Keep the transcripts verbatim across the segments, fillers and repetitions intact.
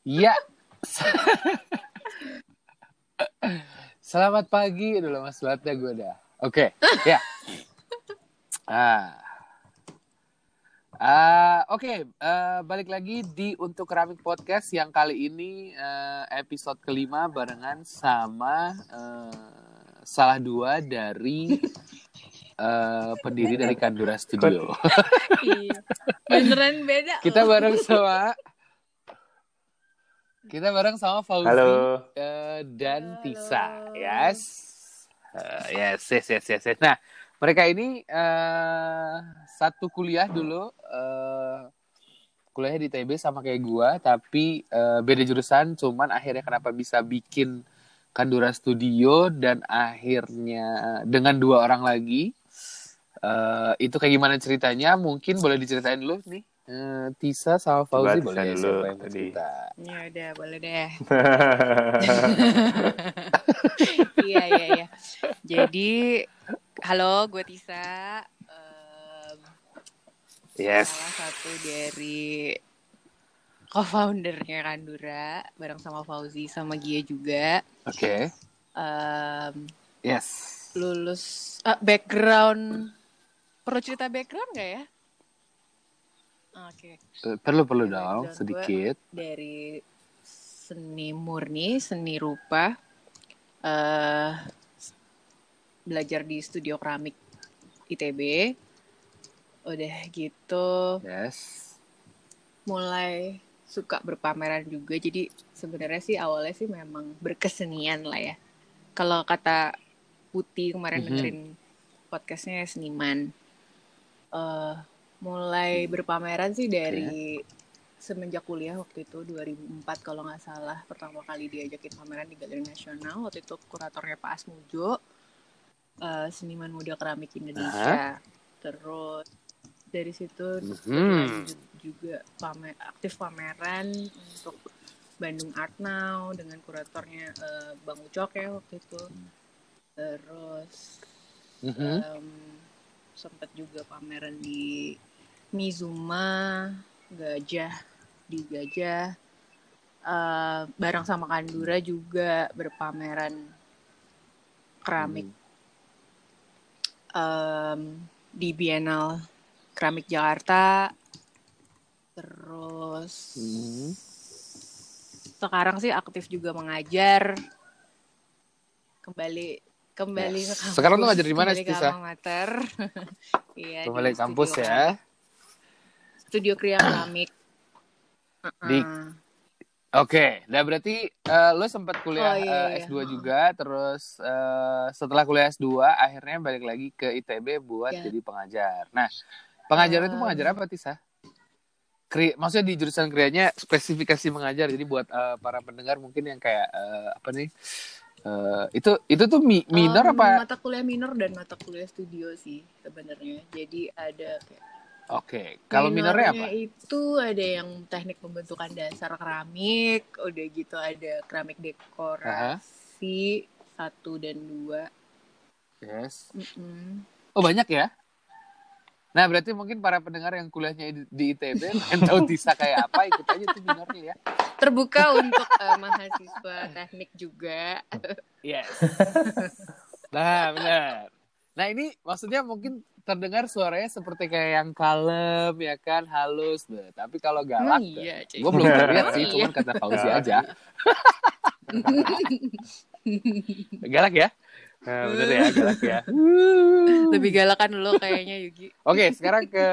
Ya. Selamat pagi. Udah lama selatnya gue dah. Oke. Okay. Ya. Ah. Uh, Oke, okay. uh, balik lagi di Untuk Keramik Podcast yang kali ini uh, episode kelima barengan sama uh, salah dua dari uh, pendiri dari Kandura Studio. Iya, beneran beda. Kita bareng sama kita bareng sama Fauzi uh, dan Halo. Tisa, yes, uh, yes, yes, yes, yes, yes. Nah. Mereka ini uh, satu kuliah dulu, uh, kuliahnya di I T B sama kayak gue, tapi uh, beda jurusan, cuman akhirnya kenapa bisa bikin Kandura Studio dan akhirnya dengan dua orang lagi, uh, itu kayak gimana ceritanya? Mungkin boleh diceritain dulu nih, uh, Tisa sama Fauzi boleh ya, siapa yang mau cerita? Ya udah, boleh deh. Iya, iya, iya. Jadi halo, gue Tisa, um, yes. salah satu dari co-foundernya Kandura, bareng sama Fauzi sama Gia juga. Oke. Okay. Um, yes. Lulus uh, background, perlu cerita background nggak ya? Oke. Okay. Perlu perlu dong sedikit. Dari seni murni, seni rupa. Uh, belajar di studio keramik I T B, udah gitu, yes. mulai suka berpameran juga. Jadi sebenarnya sih awalnya sih memang berkesenian lah ya. Kalau kata Putih kemarin mm-hmm. dengerin podcastnya seniman, uh, mulai berpameran sih dari okay. semenjak kuliah waktu itu dua ribu empat kalau nggak salah pertama kali diajakin pameran di Galeri Nasional. Waktu itu kuratornya Pak Asmujo. Uh, seniman muda keramik Indonesia. Uh-huh. Terus dari situ mm-hmm. juga pamer, aktif pameran untuk Bandung Art Now dengan kuratornya uh, Bang Ucok ya waktu itu. Terus mm-hmm. um, sempat juga pameran di Mizuma, Gajah di Gajah, uh, bareng sama Kandura juga berpameran keramik. Mm-hmm. Um, di Biennale Keramik Jakarta, terus mm-hmm. sekarang sih aktif juga mengajar, kembali kembali yes. ke kampus. Sekarang tuh ngajar di mana sih, Tisa? Iya, kembali ke kampus ya. Studio Kriya Keramik. Uh-uh. Di Oke, okay. Nah berarti uh, lo sempat kuliah oh, iya, iya. uh, S dua juga, terus uh, setelah kuliah S dua akhirnya balik lagi ke I T B buat yeah. jadi pengajar. Nah, pengajar um, itu pengajar apa, Tisa? Kri- Maksudnya di jurusan krianya spesifikasi mengajar, jadi buat uh, para pendengar mungkin yang kayak uh, apa nih? Uh, itu itu tuh mi- minor um, apa? Mata kuliah minor dan mata kuliah studio sih sebenarnya. Jadi ada kayak Oke, okay. Kalau minornya apa? Itu ada yang teknik pembentukan dasar keramik, udah gitu ada keramik dekorasi uh-huh. satu dan dua. Yes. Mm-mm. Oh banyak ya? Nah berarti mungkin para pendengar yang kuliahnya di I T B pengen tahu Tisa kayak apa, ikut aja tuh minornya ya. Terbuka untuk uh, mahasiswa teknik juga. Yes. Nah benar. Nah ini maksudnya mungkin terdengar suaranya seperti kayak yang kalem ya kan, halus deh. Tapi kalau galak, oh, iya, gue belum lihat sih, cuman kata Fauzi aja. Galak ya? Nah, bener ya, galak ya. Lebih galak kan lo kayaknya Yugi. Oke, sekarang ke.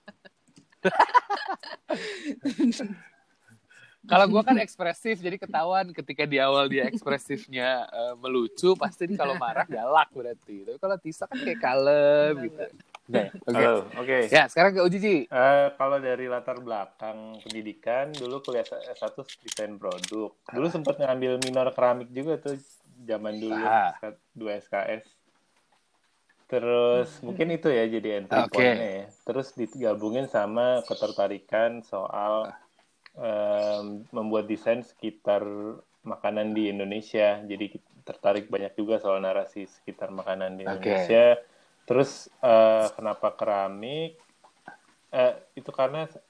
Kalau gue kan ekspresif, jadi ketahuan ketika di awal dia ekspresifnya uh, melucu, pasti kalau marah galak berarti. Tapi kalau Tisa kan kayak kalem gitu. Oke, okay. Oke. Okay. Ya, sekarang ke Uji Ji. Uh, kalau dari latar belakang pendidikan, dulu kuliah S satu desain produk. Dulu sempat ngambil minor keramik juga tuh, zaman dulu ah. dua S K S. Terus mungkin itu ya jadi entry okay. point-nya ya. Terus digabungin sama ketertarikan soal Um, membuat desain sekitar makanan di Indonesia. Jadi tertarik banyak juga soal narasi sekitar makanan di Indonesia. Okay. Terus uh, kenapa keramik? Uh, itu karena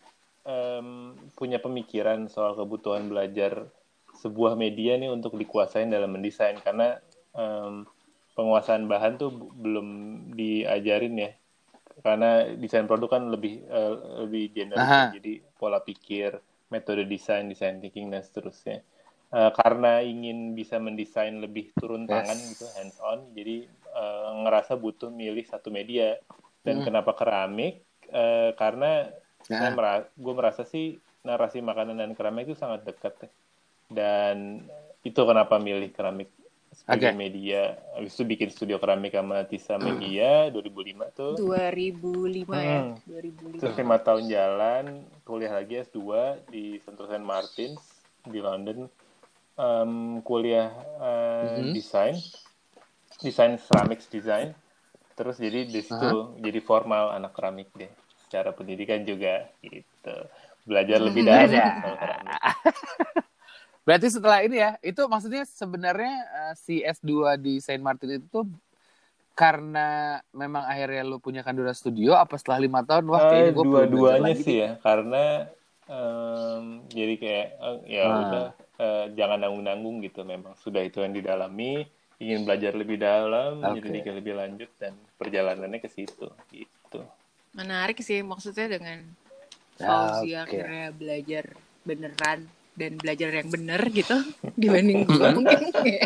um, punya pemikiran soal kebutuhan belajar sebuah media nih untuk dikuasain dalam mendesain, karena um, penguasaan bahan tuh belum diajarin ya, karena desain produk kan lebih uh, lebih generik ya, jadi pola pikir, metode desain, design thinking dan seterusnya. Uh, karena ingin bisa mendesain lebih turun tangan yes. gitu, hands on, jadi uh, ngerasa butuh milih satu media. Dan hmm. kenapa keramik? Uh, karena nah. saya merasa, gue merasa sih narasi makanan dan keramik itu sangat dekat ya. Dan itu kenapa milih keramik sebagai okay. media. Habis itu bikin studio keramik sama Tisa Megia dua ribu lima tuh. dua ribu lima hmm. ya. dua ribu lima. Terus lima tahun jalan, kuliah lagi S dua di Central Saint Martins di London. Um, kuliah uh, mm-hmm. desain, desain ceramics design. Terus jadi di situ uh-huh. jadi formal anak keramik deh. Secara pendidikan juga gitu. Belajar lebih dalam soal keramik. Berarti setelah ini ya, itu maksudnya sebenarnya uh, si S dua di Saint Martin itu tuh karena memang akhirnya lu punya Kandura Studio, apa setelah lima tahun? Wah, kayaknya gue dua-duanya sih ya, karena um, jadi kayak uh, ya ah. udah uh, jangan nanggung-nanggung gitu, memang sudah itu yang didalami, ingin belajar lebih dalam, okay. menyelidiki lebih lanjut, dan perjalanannya ke situ gitu. Menarik sih, maksudnya dengan Fauzi okay. akhirnya belajar beneran dan belajar yang benar gitu dibanding gue mungkin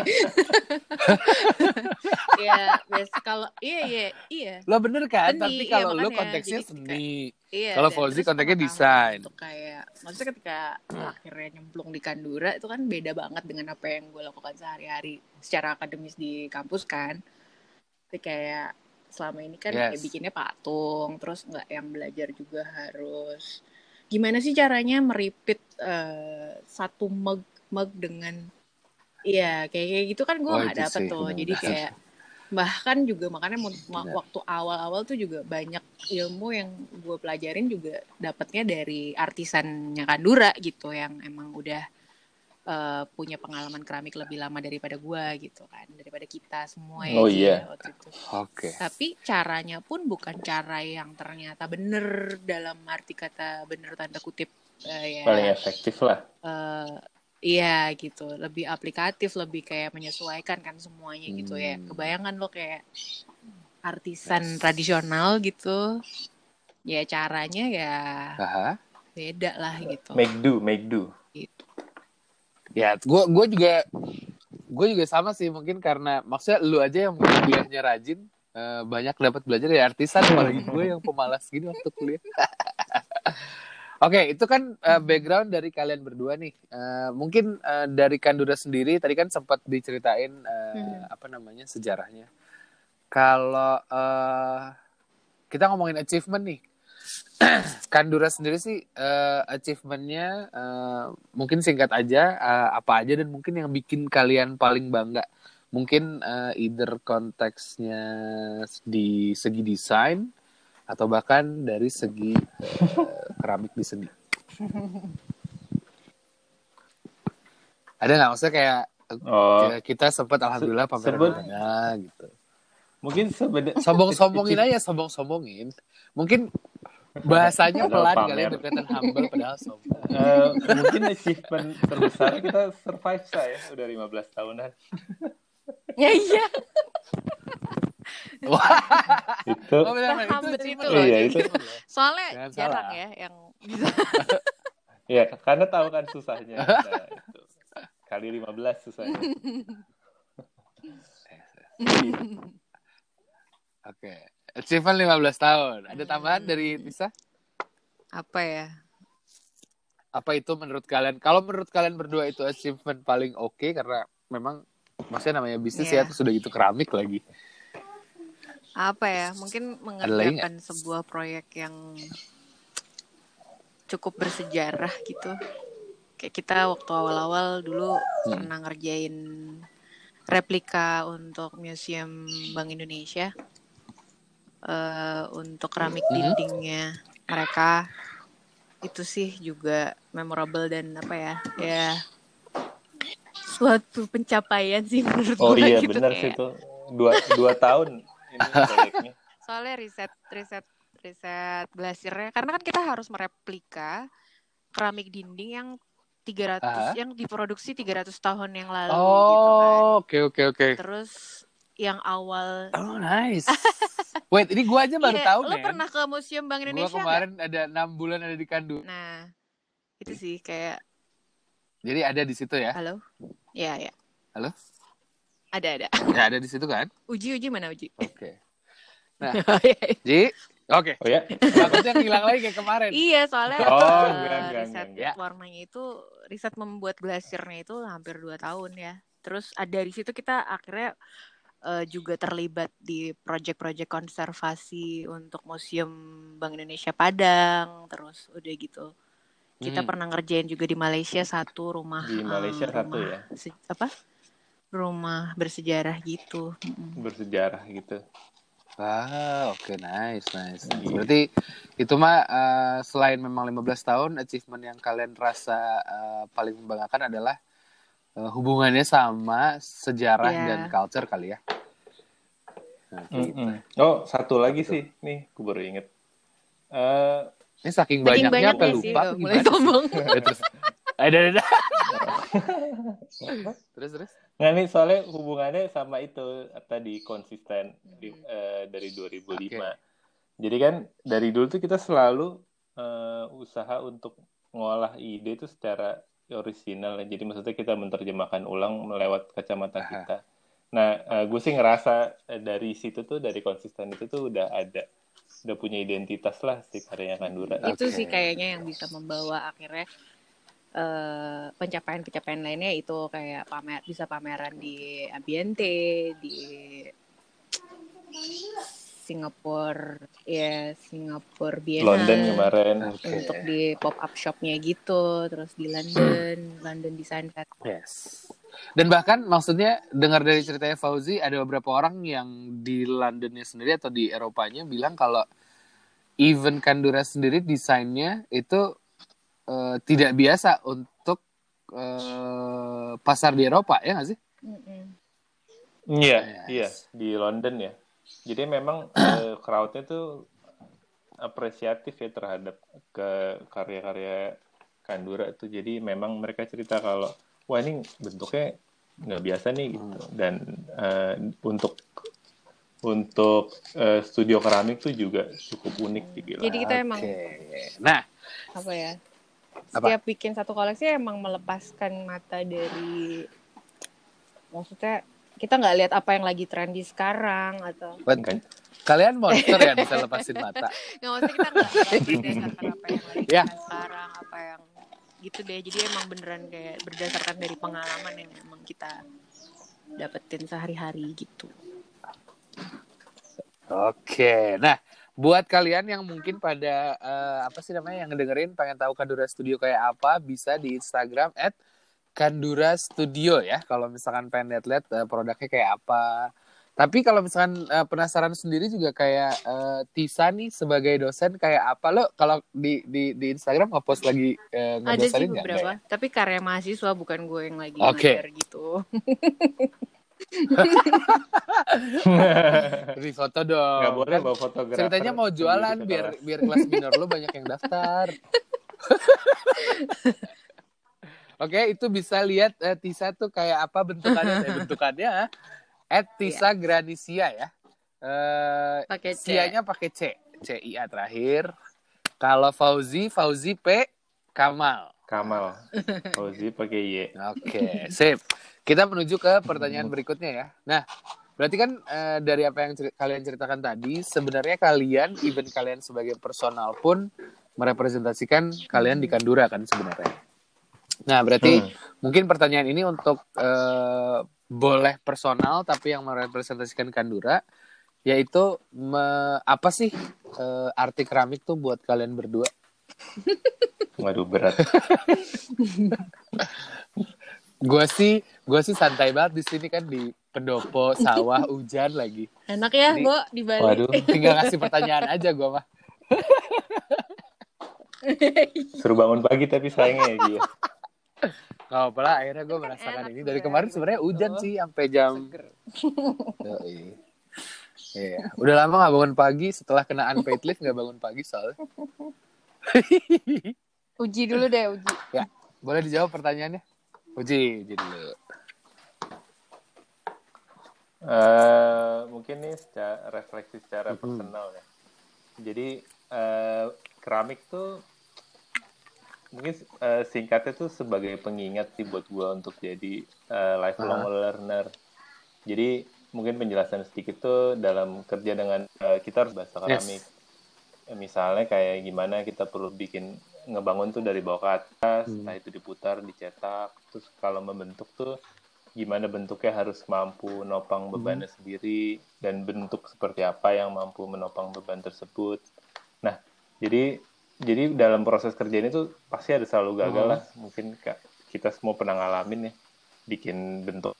ya biasa kalau iya iya iya lo bener kan seni, tapi kalau iya, lo konteksnya seni iya, kalau Fauzi konteksnya desain untuk kayak maksudnya ketika hmm. akhirnya nyemplung di Kandura itu kan beda banget dengan apa yang gue lakukan sehari-hari secara akademis di kampus kan. Tapi kayak selama ini kan yes. kayak bikinnya patung, terus nggak yang belajar juga harus gimana sih caranya meripit uh, satu mug mug dengan iya kayak kayak gitu kan gue nggak oh, dapet tuh bener. Jadi kayak bahkan juga makanya bener. Waktu awal-awal tuh juga banyak ilmu yang gue pelajarin juga dapetnya dari artisannya Kandura gitu yang emang udah uh, punya pengalaman keramik lebih lama daripada gue gitu kan, daripada kita semua ya. Oh iya. Waktu itu. Oke. Okay. Tapi caranya pun bukan cara yang ternyata bener dalam arti kata bener tanda kutip uh, ya. Paling efektif lah. Uh, iya gitu, lebih aplikatif, lebih kayak menyesuaikan kan semuanya hmm. gitu ya. Kebayangan lo kayak artisan yes. tradisional gitu, ya caranya ya Aha. beda lah gitu. Make do, make do. Gitu. Ya, gue gue juga gue juga sama sih mungkin karena maksudnya lu aja yang kuliahnya rajin uh, banyak dapat belajar dari artisan, apalagi gue yang pemalas gini waktu kuliah. Oke, okay, itu kan uh, background dari kalian berdua nih. Uh, mungkin uh, dari Kandura sendiri tadi kan sempat diceritain uh, hmm. apa namanya sejarahnya. Kalau uh, kita ngomongin achievement nih, Kandura sendiri sih uh, achievement-nya uh, mungkin singkat aja uh, apa aja dan mungkin yang bikin kalian paling bangga. Mungkin uh, either konteksnya di segi desain atau bahkan dari segi uh, keramik di seni. Ada nggak maksudnya kayak oh, kita sempat alhamdulillah pameran sebut, mana gitu. Mungkin sebenarnya sombong-sombongin aja, sombong-sombongin. Mungkin bahasanya pelan kali ya, kelihatan humble padahal sombong. Uh, mungkin achievement terbesar kita survive saya udah lima belas tahunan. Ya iya. Wah, itu oh, benar, itu, itu, itu loh. Iya, itu. Soalnya jangan jarang salah. Ya yang bisa. Iya, karena tahu kan susahnya. Nah, itu. Kali lima belas susahnya. Oke, okay. Achievement lima belas tahun. Ada tambahan hmm. dari Tisa? Apa ya? Apa itu menurut kalian? Kalau menurut kalian berdua itu achievement paling oke okay, karena memang maksudnya namanya bisnis yeah. ya, terus udah gitu keramik lagi. Apa ya, mungkin mengerjakan sebuah proyek yang cukup bersejarah gitu. Kayak kita waktu awal-awal dulu hmm. pernah ngerjain replika untuk Museum Bank Indonesia, uh, untuk keramik hmm. dindingnya mereka. Itu sih juga memorable dan apa ya, ya suatu pencapaian sih menurut gue. Oh iya gitu, benar sih itu dua dua tahun. Ini soalnya riset riset riset glasirnya karena kan kita harus mereplika keramik dinding yang tiga ratus Aha. yang diproduksi tiga ratus tahun yang lalu oh, gitu kan. Oke oke oke. Terus yang awal Oh nice. Wait, ini gua aja baru iya, tahu, lo men. pernah ke Museum Bank Indonesia? Gua kemarin gak? Ada enam bulan ada di Kandu. Nah, itu sih kayak. Jadi ada di situ ya? Halo? Ya ya. Halo? Ada ada. Ya ada di situ kan? Uji uji mana uji? Oke. Okay. Nah, Ji, oke. Okay. Oh ya? Takutnya hilang lagi kayak kemarin. Iya, soalnya oh, uh, enggak, enggak, riset enggak. warnanya itu, riset membuat glasirnya itu hampir dua tahun ya. Terus uh, dari situ kita akhirnya uh, juga terlibat di proyek-proyek konservasi untuk Museum Bank Indonesia Padang. Terus udah gitu. Kita hmm. pernah ngerjain juga di Malaysia satu rumah. Di Malaysia uh, satu rumah, ya? Se- apa? Rumah bersejarah gitu. Bersejarah gitu. Ah, oke, okay, nice, nice, nice. Berarti itu mah uh, selain memang lima belas tahun, achievement yang kalian rasa uh, paling membanggakan adalah uh, hubungannya sama sejarah yeah. dan culture kali ya. Nah, gitu. Oh, satu lagi sih, nih, aku baru inget. Uh, Ini saking banyaknya banyak apa lupa? Sih, mulai sombong. terus, ada, ada. terus, terus. Nah nih soalnya hubungannya sama itu tadi konsisten di, uh, dari dua ribu lima. Okay. Jadi kan dari dulu tuh kita selalu uh, usaha untuk ngolah ide itu secara orisinal. Jadi maksudnya kita menerjemahkan ulang lewat kacamata Aha. kita. Nah uh, gue sih ngerasa dari situ tuh dari konsisten itu tuh udah ada, udah punya identitas lah si karyanya Kandura. Itu okay. sih kayaknya yang bisa membawa akhirnya Uh, pencapaian-pencapaian lainnya itu kayak pamer bisa pameran di Ambiente, di Singapura ya Singapura Biennale, London kemarin okay. untuk di pop up shopnya gitu, terus di London London Design Festival. Yes. Dan bahkan maksudnya dengar dari ceritanya Fauzi ada beberapa orang yang di Londonnya sendiri atau di Eropanya bilang kalau even Kandura sendiri desainnya itu Uh, tidak biasa untuk uh, pasar di Eropa, ya nggak sih? Iya, yes. iya di London ya. Jadi memang uh, crowd-nya tuh apresiatif ya terhadap ke karya-karya Kandura tuh. Jadi memang mereka cerita kalau wah ini bentuknya nggak biasa nih gitu. Dan uh, untuk untuk uh, studio keramik tuh juga cukup unik gitu. Jadi kita okay. emang nah apa ya? Setiap Apa? bikin satu koleksi emang melepaskan mata dari, maksudnya kita nggak lihat apa yang lagi trendy sekarang atau kan kalian monster ya bisa lepasin mata. Nggak, maksudnya kita nggak berdasarkan apa yang lagi yeah. sekarang, apa yang gitu deh. Jadi emang beneran kayak berdasarkan dari pengalaman yang memang kita dapetin sehari-hari gitu. Oke, nah buat kalian yang mungkin pada uh, apa sih namanya yang ngedengerin pengen tahu Kandura Studio kayak apa, bisa di Instagram at Kandura Studio ya. Kalau misalkan pengen lihat-lihat uh, produknya kayak apa. Tapi kalau misalkan uh, penasaran sendiri juga kayak uh, Tisa nih sebagai dosen kayak apa lo kalau di di di Instagram nge-post lagi uh, ngedosenin ada sih beberapa, gak? Tapi karya mahasiswa bukan gue yang lagi okay. ngajar gitu. Di foto dong. Nggak boleh bawa fotografer. Ceritanya mau jualan biar biar kelas minor lo banyak yang daftar. Oke, okay, itu bisa lihat uh, Tisa tuh kayak apa bentukannya, eh, bentukannya at Tisa yeah. Granisia ya. Uh, pakai C. Sia-nya pakai C, C I A terakhir. Kalau Fauzi, Fauzi P Kamal. Kamal. Fauzi pakai Y. Oke, okay, sip. Kita menuju ke pertanyaan berikutnya ya. Nah, berarti kan uh, dari apa yang cer- kalian ceritakan tadi, sebenarnya kalian, even kalian sebagai personal pun merepresentasikan kalian di Kandura kan sebenarnya. Nah, berarti hmm. mungkin pertanyaan ini untuk uh, boleh personal tapi yang merepresentasikan Kandura, yaitu me, apa sih uh, arti keramik tuh buat kalian berdua? Waduh, berat. Gue sih, gue sih santai banget di sini kan di pendopo, sawah, hujan lagi. Enak ya, Bo, di Bali. Waduh, tinggal ngasih pertanyaan aja gue mah. Suruh bangun pagi tapi sayangnya ya dia. Gak apa lah, akhirnya gue merasakan ini. Dari kemarin sebenarnya hujan sih sampai jam. Iya, udah lama gak bangun pagi. Setelah kena unpaid leave gak bangun pagi soalnya. Uji dulu deh, Uji. Ya, boleh dijawab pertanyaannya? Uji, Uji dulu. Uh, mungkin nih secara refleksi secara Mm-hmm. personal ya. Jadi uh, keramik tuh mungkin uh, singkatnya tuh sebagai pengingat sih buat gue untuk jadi uh, lifelong uh-huh. learner. Jadi mungkin penjelasan sedikit tuh dalam kerja dengan uh, kita harus bahasa keramik. Yes. Misalnya kayak gimana kita perlu bikin ngebangun tuh dari bawah ke atas, hmm. nah itu diputar, dicetak, terus kalau membentuk tuh gimana bentuknya harus mampu menopang bebannya hmm. sendiri dan bentuk seperti apa yang mampu menopang beban tersebut. Nah, jadi jadi dalam proses kerja ini tuh pasti ada selalu gagal lah. Hmm. Mungkin kita semua pernah ngalamin ya, bikin bentuk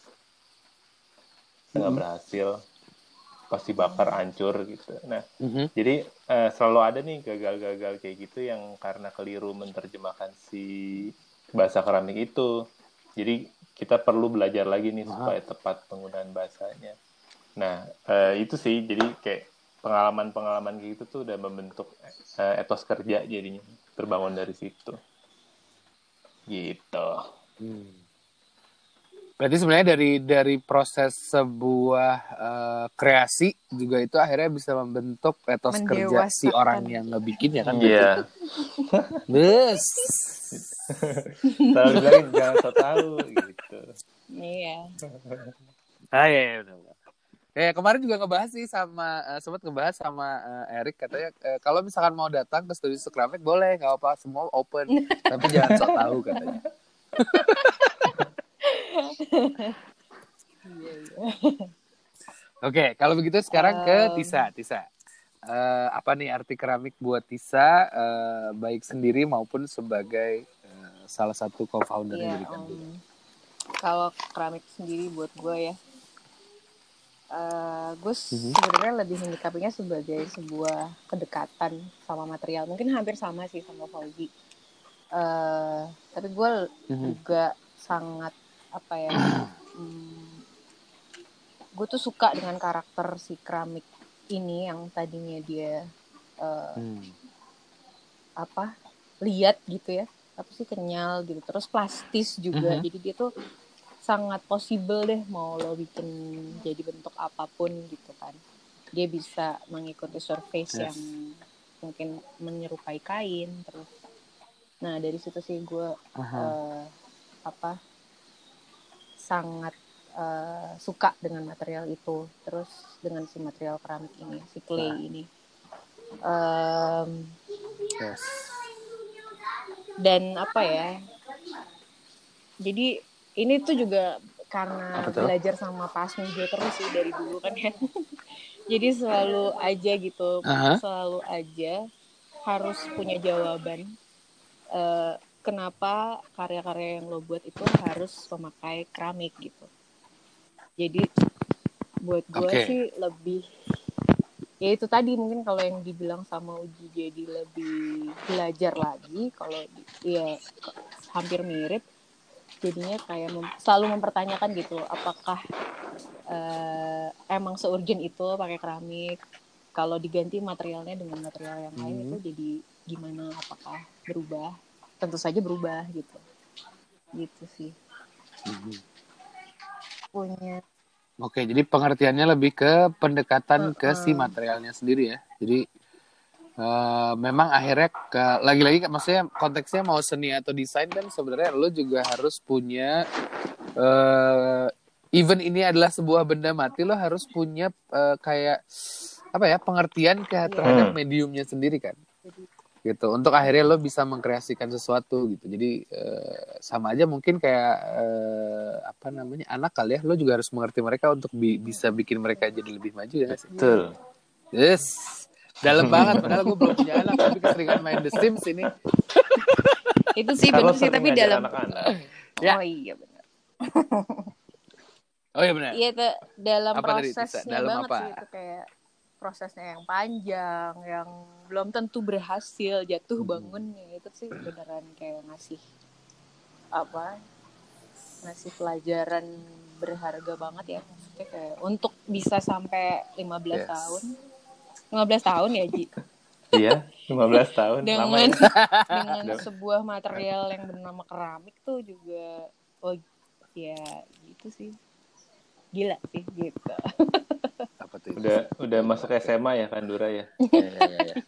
nggak hmm. berhasil, pasti bakar, hancur gitu. Nah, hmm. jadi uh, selalu ada nih gagal-gagal kayak gitu yang karena keliru menerjemahkan si bahasa keramik itu. Jadi kita perlu belajar lagi nih wow. supaya tepat penggunaan bahasanya. Nah, uh, itu sih jadi kayak pengalaman-pengalaman gitu tuh udah membentuk uh, etos kerja jadinya terbangun dari situ. Gitu. Hmm. Berarti sebenarnya dari dari proses sebuah uh, kreasi juga itu akhirnya bisa membentuk etos kerja si orang yang ngebikin ya kan? Iya. Bes. Selalu bilang jangan so tahu gitu. Iya. Ah iya, iya benar. Eh kemarin juga ngebahas sih sama uh, sempat ngebahas sama uh, Erik katanya uh, kalau misalkan mau datang ke studio keramik boleh nggak apa semua open tapi jangan sok tahu katanya. Oke okay, kalau begitu sekarang ke Tisa Tisa uh, apa nih arti keramik buat Tisa uh, baik sendiri maupun sebagai uh, salah satu co-foundernya dari Kandura. Um, kalau keramik sendiri buat gue ya Uh, gue mm-hmm. sebenarnya lebih menyikapinya sebagai sebuah kedekatan sama material. Mungkin hampir sama sih sama Fauzi. Uh, tapi gue mm-hmm. juga sangat apa ya? um, gue tuh suka dengan karakter si keramik ini yang tadinya dia uh, mm. apa liat gitu ya, apa sih kenyal gitu. Terus plastis juga. Mm-hmm. Jadi dia tuh sangat possible deh mau lo bikin jadi bentuk apapun gitu kan. Dia bisa mengikuti surface yes. yang mungkin menyerupai kain terus. Nah dari situ sih gue uh, apa sangat uh, suka dengan material itu. Terus dengan si material keramik ini, si clay nah. ini. Um, yes. Dan apa ya? Jadi ini tuh juga karena belajar sama Pak Asmijo terus sih dari dulu kan ya. Jadi selalu aja gitu, uh-huh. selalu aja harus punya jawaban. Uh, kenapa karya-karya yang lo buat itu harus memakai keramik gitu. Jadi buat gue okay. sih lebih, ya itu tadi mungkin kalau yang dibilang sama Uji jadi lebih belajar lagi. Kalau ya hampir mirip. Jadinya kayak mem- selalu mempertanyakan gitu, apakah uh, emang se-urgent itu pakai keramik? Kalau diganti materialnya dengan material yang lain hmm. itu jadi gimana? Apakah berubah? Tentu saja berubah gitu, gitu sih. Hmm. Punya. Oke, jadi pengertiannya lebih ke pendekatan uh-uh. ke si materialnya sendiri ya. Jadi Uh, memang akhirnya ke, lagi-lagi maksudnya konteksnya mau seni atau desain kan sebenarnya lo juga harus punya uh, even ini adalah sebuah benda mati lo harus punya uh, kayak apa ya pengertian ke terhadap hmm. mediumnya sendiri kan gitu untuk akhirnya lo bisa mengkreasikan sesuatu gitu. Jadi uh, sama aja mungkin kayak uh, apa namanya anak kali ya lo juga harus mengerti mereka untuk bi- bisa bikin mereka jadi lebih maju ya. Betul. Yes. Dalam banget, padahal gue belum punya anak, tapi keseringan main The Sims ini. Itu sih benar sih, tapi dalam... Ya. Oh iya benar. Oh iya benar. Iya, te- dalam apa prosesnya dalam banget apa? Sih, itu kayak prosesnya yang panjang, yang belum tentu berhasil, jatuh bangunnya, hmm. itu sih beneran kayak ngasih, apa, ngasih pelajaran berharga banget ya, maksudnya kayak untuk bisa sampai lima belas yes. tahun. lima belas tahun ya, Ji? Iya, lima belas tahun. Dengan, lama ya. dengan sebuah material yang bernama keramik tuh juga, oh ya gitu sih. Gila sih gitu. Apa tuh? Udah udah masuk S M A ya Kandura ya. Ya, ya, ya, ya.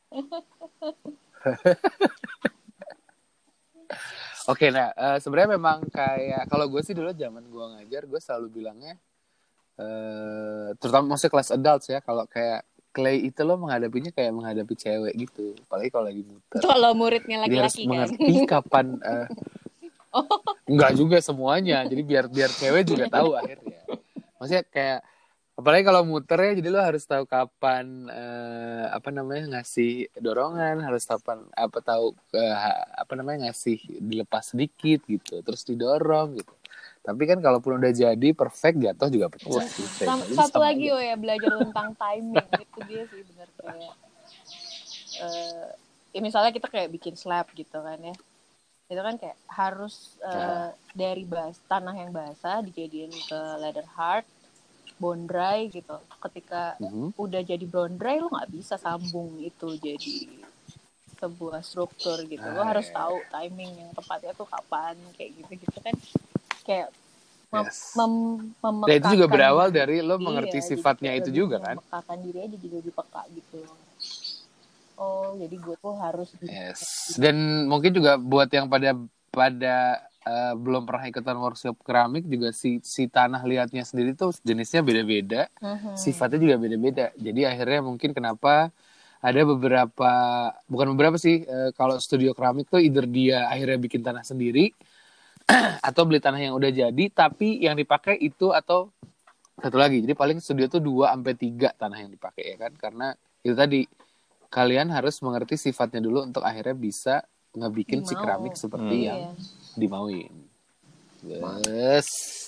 Oke, nah uh, sebenarnya memang kayak kalau gue sih dulu zaman gue ngajar, gue selalu bilangnya, uh, terutama maksudnya kelas adults ya, kalau kayak clay itu lo menghadapinya kayak menghadapi cewek gitu, apalagi kalau lagi muter. Kalau muridnya Jadi harus laki-laki kan. mengerti kapan. Uh, oh. Enggak juga semuanya, jadi biar biar cewek juga tahu akhirnya. Maksudnya kayak apalagi kalau muter ya, jadi lo harus tahu kapan uh, apa namanya ngasih dorongan, harus kapan apa tahu uh, apa namanya ngasih dilepas sedikit gitu, terus didorong gitu. Tapi kan kalaupun udah jadi perfect, jatuh juga pecah. Gitu. Satu lagi oh ya, belajar tentang timing itu dia sih benar kayak uh, ya misalnya kita kayak bikin slab gitu kan ya. Itu kan kayak harus uh, dari bas tanah yang basah dijadiin ke leather hard, bone dry gitu. Ketika mm-hmm. udah jadi bone dry lo nggak bisa sambung itu jadi sebuah struktur gitu. Lo harus tahu timing yang tepatnya tuh kapan kayak gitu-gitu kan. Kayak mem- yes. mem- memekakan. Dan itu juga berawal dari lo iya, mengerti sifatnya itu juga kan. Memekakan diri aja jadi lebih peka gitu. Oh, jadi gue tuh harus yes. Dan mungkin juga buat yang pada pada uh, belum pernah ikutan workshop keramik juga si si tanah liatnya sendiri tuh jenisnya beda-beda, uh-huh. sifatnya juga beda-beda. Jadi akhirnya mungkin kenapa ada beberapa, bukan beberapa sih, uh, kalau studio keramik tuh either dia akhirnya bikin tanah sendiri atau beli tanah yang udah jadi tapi yang dipakai itu atau satu lagi. Jadi paling studio tuh dua sampai tiga tanah yang dipakai ya kan, karena itu tadi kalian harus mengerti sifatnya dulu untuk akhirnya bisa ngebikin Dimau. si keramik seperti hmm. yang dimauin. Yes.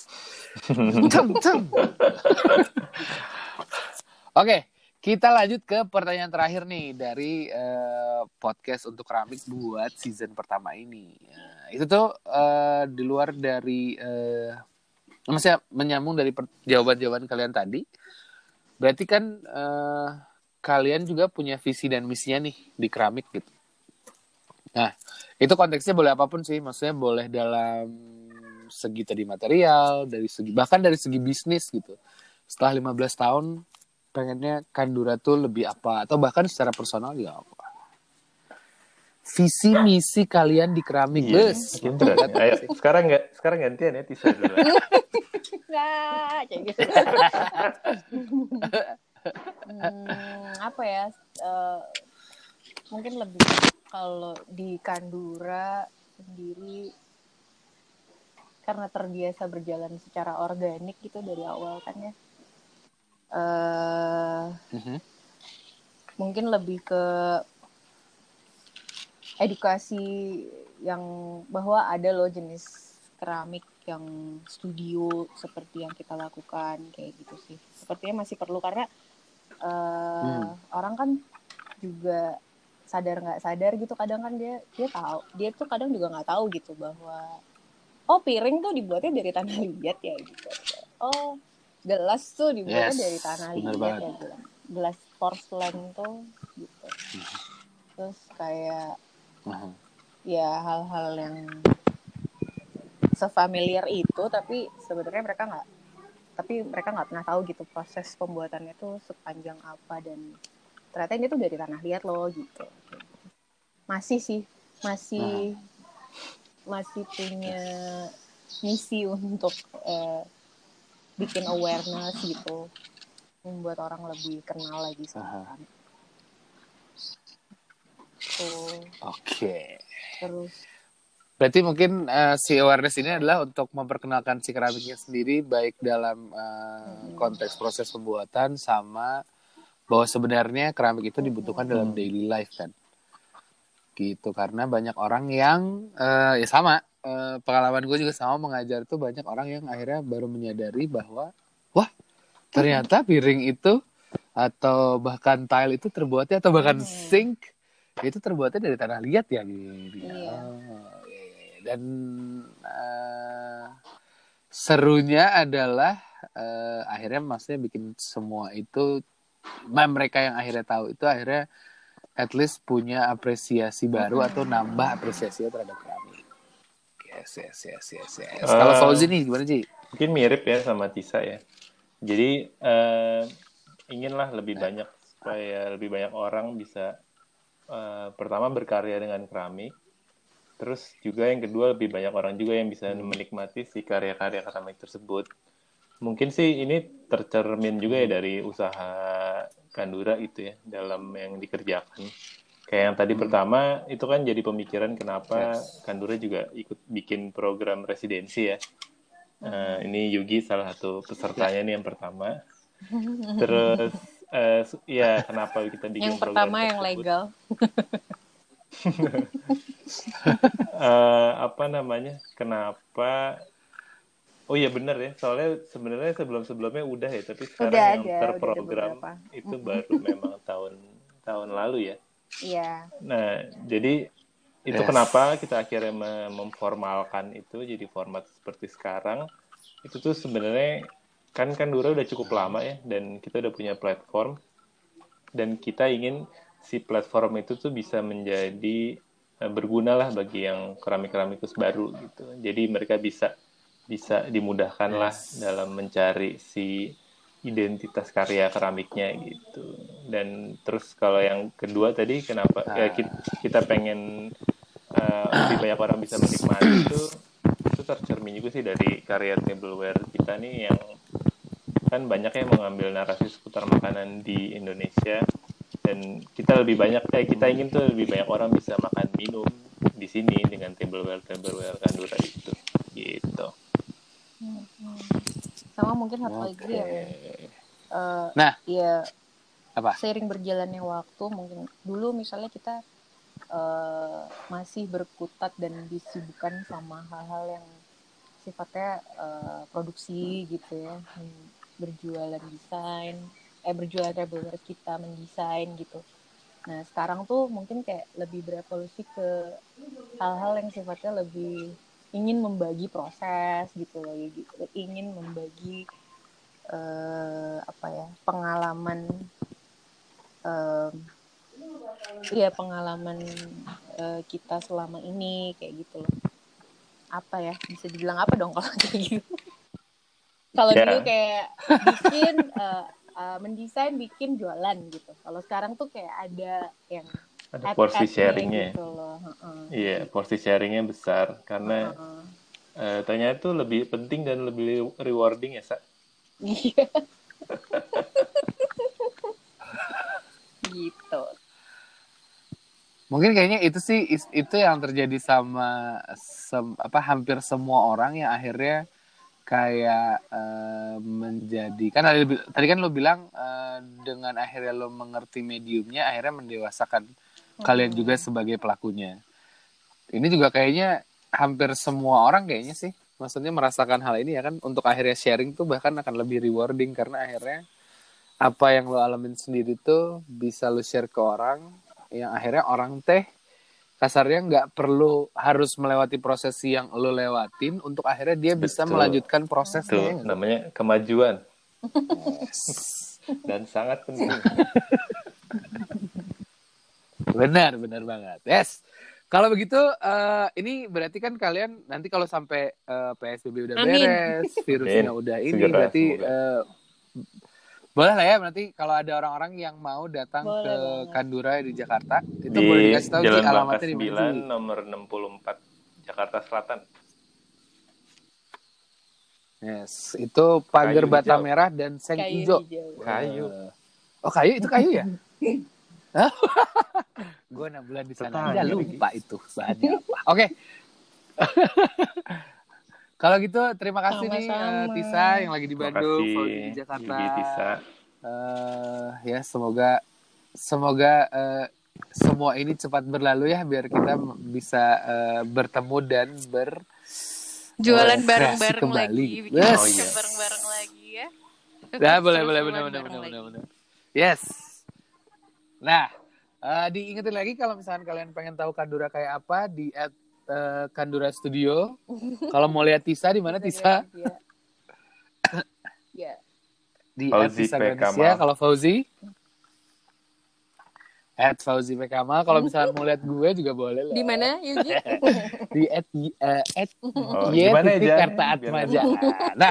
Oke, kita lanjut ke pertanyaan terakhir nih dari uh, podcast untuk keramik buat season pertama ini. Uh, itu tuh uh, di luar dari, uh, maksudnya menyambung dari per- jawaban-jawaban kalian tadi. Berarti kan uh, kalian juga punya visi dan misinya nih di keramik gitu. Nah, itu konteksnya boleh apapun sih, maksudnya boleh dalam segi tadi material, dari segi bahkan dari segi bisnis gitu. Setelah lima belas tahun pengennya Kandura tuh lebih apa, atau bahkan secara personal ya apa. Visi misi kalian di keramik, iya, Bes. Ayo, sekarang enggak sekarang gantian ya Tisa dulu. Enggak, kayak gitu. Hmm, apa ya uh, mungkin lebih kalau di Kandura sendiri karena terbiasa berjalan secara organik gitu dari awal kan ya uh, mm-hmm. mungkin lebih ke edukasi yang bahwa ada loh jenis keramik yang studio seperti yang kita lakukan kayak gitu sih. Sepertinya masih perlu karena Uh, hmm. orang kan juga sadar nggak sadar gitu kadang kan dia dia tahu dia tuh kadang juga nggak tahu gitu bahwa oh piring tuh dibuatnya dari tanah liat ya gitu, oh gelas tuh dibuatnya yes, dari tanah liat banget. Ya gelas, gelas porcelain tuh gitu, terus kayak uh-huh. ya hal-hal yang sefamiliar itu tapi sebenarnya mereka nggak tapi mereka nggak pernah tahu gitu proses pembuatannya tuh sepanjang apa dan ternyata ini tuh dari tanah liat loh gitu. Masih sih masih nah. masih punya misi untuk uh, bikin awareness gitu, membuat orang lebih kenal lagi sama keramik. So, Oke. Okay. Terus berarti mungkin uh, si awareness ini adalah untuk memperkenalkan si keramiknya sendiri baik dalam uh, hmm. konteks proses pembuatan sama bahwa sebenarnya keramik itu dibutuhkan hmm. dalam daily life kan. Gitu, karena banyak orang yang uh, ya sama uh, pengalaman gue juga sama mengajar tuh banyak orang yang akhirnya baru menyadari bahwa wah ternyata piring itu atau bahkan tile itu terbuatnya atau bahkan hmm. sink itu terbuatnya dari tanah liat ya gitu. Iya. Oh. Dan uh, serunya adalah uh, akhirnya maksudnya bikin semua itu mereka yang akhirnya tahu itu akhirnya at least punya apresiasi baru hmm. atau nambah apresiasi terhadap keramik. Yes, yes, yes, yes, yes. Uh, Kalau Fauzi nih gimana sih? Mungkin mirip ya sama Tisa ya. Jadi uh, inginlah lebih nah. banyak supaya lebih banyak orang bisa uh, pertama berkarya dengan keramik. Terus juga yang kedua lebih banyak orang juga yang bisa hmm. menikmati si karya-karya keramik tersebut. Mungkin sih ini tercermin juga ya dari usaha Kandura itu ya dalam yang dikerjakan. Kayak yang tadi hmm. pertama itu kan jadi pemikiran kenapa yes. Kandura juga ikut bikin program residensi ya. Uh, ini Yugi salah satu pesertanya nih yang pertama. Terus uh, ya kenapa kita bikin yang program pertama tersebut? Yang legal. uh, apa namanya? Kenapa? Oh iya benar ya. Soalnya sebenarnya sebelum-sebelumnya udah ya, tapi sekarang udah yang ada, terprogram itu baru memang tahun tahun lalu ya. Iya. Nah jadi itu yes. kenapa kita akhirnya memformalkan itu jadi format seperti sekarang. Itu tuh sebenarnya kan Kandura udah cukup lama ya, dan kita udah punya platform, dan kita ingin si platform itu tuh bisa menjadi uh, berguna lah bagi yang keramik-keramikus baru gitu. Jadi mereka bisa bisa dimudahkan yes. lah dalam mencari si identitas karya keramiknya gitu. Dan terus kalau yang kedua tadi kenapa ah. ya kita, kita pengen uh, lebih banyak orang bisa menikmati itu itu tercermin juga sih dari karya tableware kita nih yang kan banyak yang mengambil narasi seputar makanan di Indonesia, dan kita lebih banyak kayak kita ingin tuh lebih banyak orang bisa makan minum di sini dengan tableware tableware Kandura itu gitu. Sama mungkin satu okay. lagi ya. Uh, nah, ya apa? Seiring berjalannya waktu mungkin dulu misalnya kita Uh, masih berkutat dan disibukkan sama hal-hal yang sifatnya uh, produksi gitu ya, berjualan desain, eh berjualan tableware kita mendesain gitu. Nah sekarang tuh mungkin kayak lebih berevolusi ke hal-hal yang sifatnya lebih ingin membagi proses gitu loh, gitu. ingin membagi uh, apa ya pengalaman. Um, Iya pengalaman uh, kita selama ini kayak gitu loh. Apa ya bisa dibilang apa dong kalau kayak gitu? Kalau yeah. dulu kayak bikin uh, uh, mendesain bikin jualan gitu. Kalau sekarang tuh kayak ada yang ada porsi sharingnya gitu loh. Uh-uh. Iya porsi sharingnya besar karena uh-uh. uh, ternyata itu lebih penting dan lebih rewarding ya Sa. Iya. Gitu. Mungkin kayaknya itu sih itu yang terjadi sama sem, apa hampir semua orang yang akhirnya kayak uh, menjadi kan tadi, tadi kan lo bilang uh, dengan akhirnya lo mengerti mediumnya akhirnya mendewasakan hmm. kalian juga sebagai pelakunya. Ini juga kayaknya hampir semua orang kayaknya sih maksudnya merasakan hal ini ya kan, untuk akhirnya sharing tuh bahkan akan lebih rewarding karena akhirnya apa yang lo alamin sendiri tuh bisa lo share ke orang, yang akhirnya orang teh kasarnya nggak perlu harus melewati proses yang lo lewatin untuk akhirnya dia bisa Betul. melanjutkan prosesnya. Betul. Namanya kemajuan. Yes. Dan sangat penting. Benar, benar banget. Yes. Kalau begitu, uh, ini berarti kan kalian nanti kalau sampai uh, P S B B udah Amin. beres, virusnya Amin. udah ini, Segera, berarti uh, boleh lah ya nanti kalau ada orang-orang yang mau datang boleh ke banget. Kandura di Jakarta, itu di boleh dikasih tahu Jalan di alamatnya di mana? nomor enam puluh empat Jakarta Selatan. Yes, itu pagar bata merah dan seng hijau. Kayu. Oh kayu itu kayu ya? Gue enam bulan di sana udah lupa itu bahannya apa. Oke. Okay. Kalau gitu terima kasih Sama-sama. nih uh, Tisa yang lagi di Bandung, Fauzi di Jakarta. Yugi, Tisa. Uh, ya semoga semoga uh, semua ini cepat berlalu ya biar kita bisa uh, bertemu dan ber jualan uh, bareng-bareng lagi. Bikin yes. oh, iya. bareng-bareng lagi ya. Nah, boleh boleh benar benar benar benar. Yes. Nah, uh, diingetin lagi kalau misalkan kalian pengen tahu Kandura kayak apa di at Uh, Kandura Studio. Kalau mau lihat Tisa di mana Tisa? Ya. Di Tisa Gracia. Kalau Fauzi at Fauzi P. Kamal. Kalau misalnya mau lihat gue juga boleh lah. Di mana, Yugi? Di at uh, at Oh, y gimana titik ya, Jan? Karta Atmaja. Biar- Nah,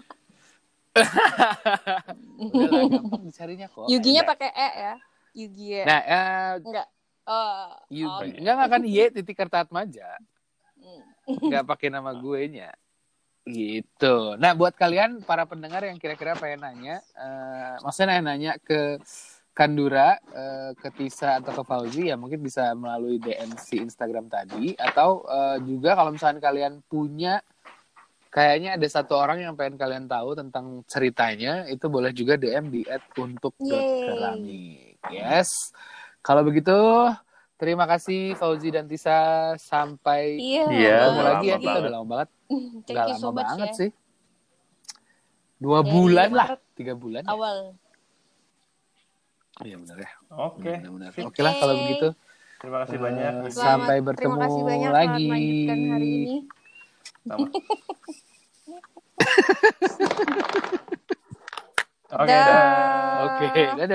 udah lah, gampang dicarinya kok. Yuginya Ada. pakai E ya? Yugi ya? Nah, uh, Enggak. Oh, Yugi. oh, Enggak, enggak kan Y titik Karta Atmaja. Hmm. Enggak pakai nama gue nya. Gitu. Nah, buat kalian para pendengar yang kira-kira pengen nanya, uh, maksudnya nanya ke Kandura, uh, ke Tisa atau ke Fauzi, ya mungkin bisa melalui D M si Instagram tadi, atau uh, juga kalau misalnya kalian punya, kayaknya ada satu orang yang pengen kalian tahu tentang ceritanya, itu boleh juga D M di at untuk keramik. Yes. Kalau begitu, terima kasih Fauzi dan Tisa. Sampai Iya, ketemu lama lagi ya. Kita banget. udah lama banget. Thank Udah you lama so much banget ya. sih. Dua Dari bulan lah. Maret Tiga bulan. Ya? awal. Iya benar ya. Oke. Benar-benar. Oke. Oke lah kalau begitu. Terima kasih banyak. Uh, Yugi. sampai Selamat- bertemu terima kasih banyak lagi. selamat melanjutkan hari ini. Sama. Oke, Dah. dah. Oke, dadah.